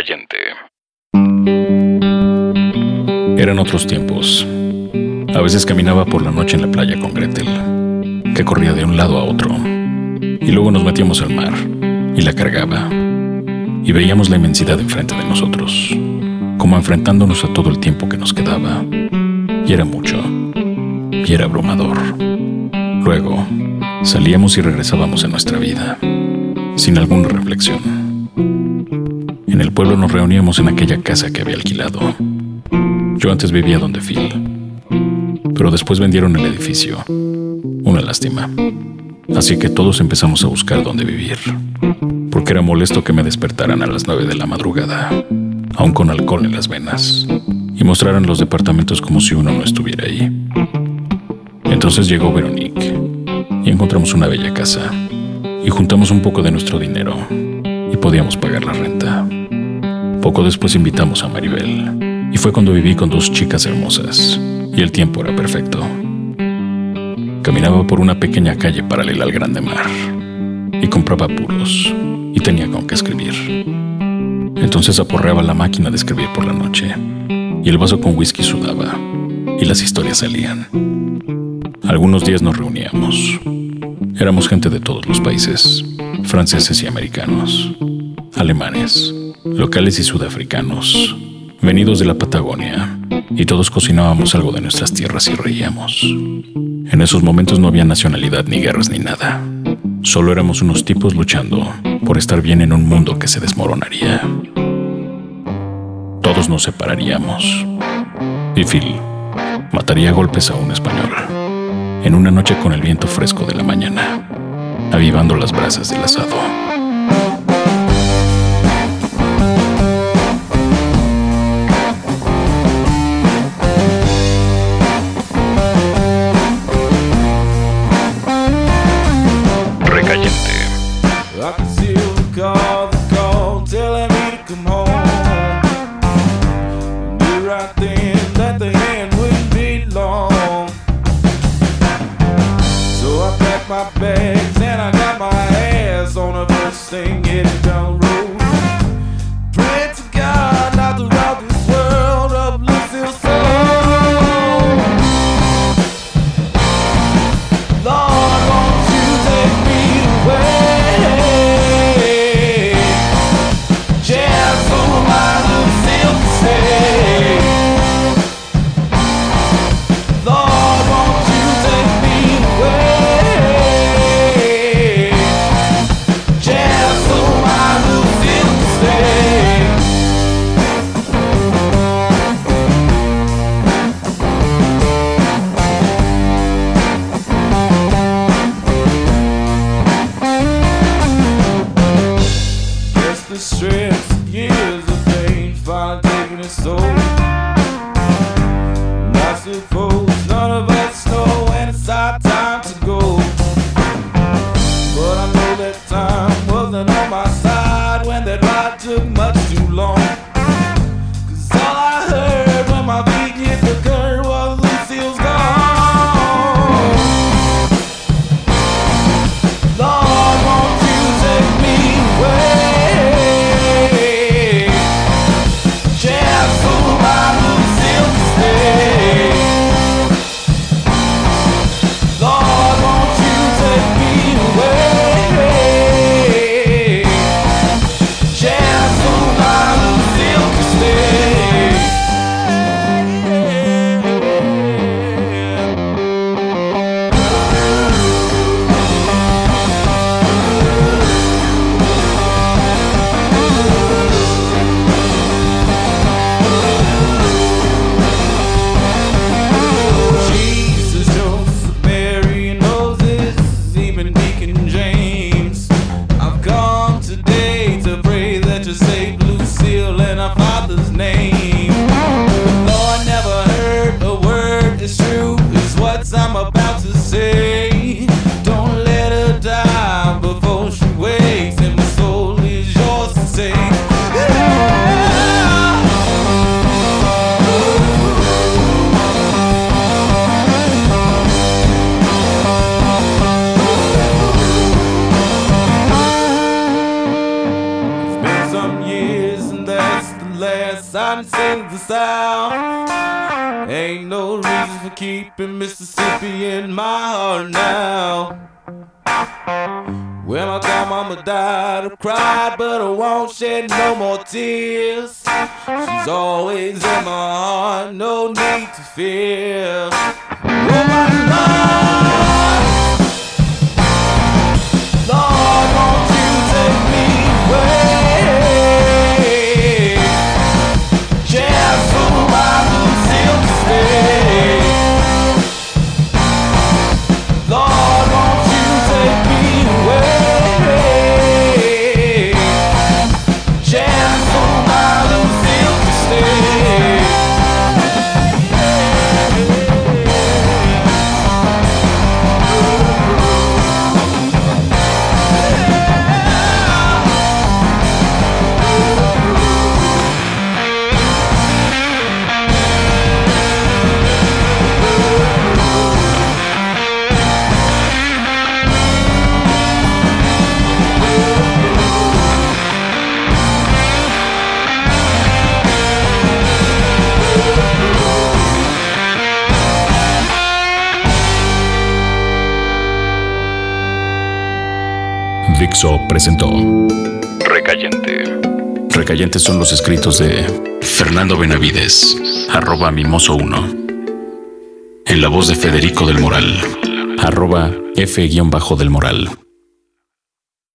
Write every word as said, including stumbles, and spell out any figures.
Recayente. Eran otros tiempos. A veces caminaba por la noche en la playa con Gretel, que corría de un lado a otro, y luego nos metíamos al mar y la cargaba, y veíamos la inmensidad enfrente de nosotros, como enfrentándonos a todo el tiempo que nos quedaba, y era mucho, y era abrumador. Luego salíamos y regresábamos a nuestra vida, sin alguna reflexión. En el pueblo nos reuníamos en aquella casa que había alquilado. Yo antes vivía donde Phil, pero después vendieron el edificio. Una lástima. Así que todos empezamos a buscar dónde vivir, porque era molesto que me despertaran a las nueve de la madrugada, aún con alcohol en las venas, y mostraran los departamentos como si uno no estuviera ahí. Entonces llegó Veronique, y encontramos una bella casa, y juntamos un poco de nuestro dinero, y podíamos pagar la renta. Poco después invitamos a Maribel, y fue cuando viví con dos chicas hermosas, y el tiempo era perfecto. Caminaba por una pequeña calle paralela al grande mar, y compraba puros, y tenía con qué escribir. Entonces aporreaba la máquina de escribir por la noche, y el vaso con whisky sudaba, y las historias salían. Algunos días nos reuníamos. Éramos gente de todos los países, franceses y americanos, alemanes, locales y sudafricanos, venidos de la Patagonia, y todos cocinábamos algo de nuestras tierras y reíamos. En esos momentos no había nacionalidad ni guerras ni nada. Solo éramos unos tipos luchando por estar bien en un mundo que se desmoronaría. Todos nos separaríamos, y Phil mataría a golpes a un español en una noche con el viento fresco de la mañana, avivando las brasas del asado. My bags and I got my ass on the first thing headed down road. Pray to God not to rob this world of Lucille's soul. Lord, won't you take me away? Just so my Lucille can stay. Lord, won't you take me away? The stress, years of pain, finally taking its toll. And I suppose none of us know when it's our time to go. But I know that time wasn't on my side when that ride took much too long. Cause all I heard when my feet hit the curb was Lucille's gone. Lord, won't you take me away? Just so my sun sings the sound. Ain't no reason for keeping Mississippi in my heart now. When I thought mama died, I cried, but I won't shed no more tears. She's always in my heart, no need to fear. Oh my Lord, Lord, won't you take me away? Just so I will still stay. Lord, won't you take me away? Just so I will still stay. Dixo presentó Recayente. Recayentes son los escritos de Fernando Benavides, arroba mimoso uno. En la voz de Federico del Moral, arroba F-del Moral.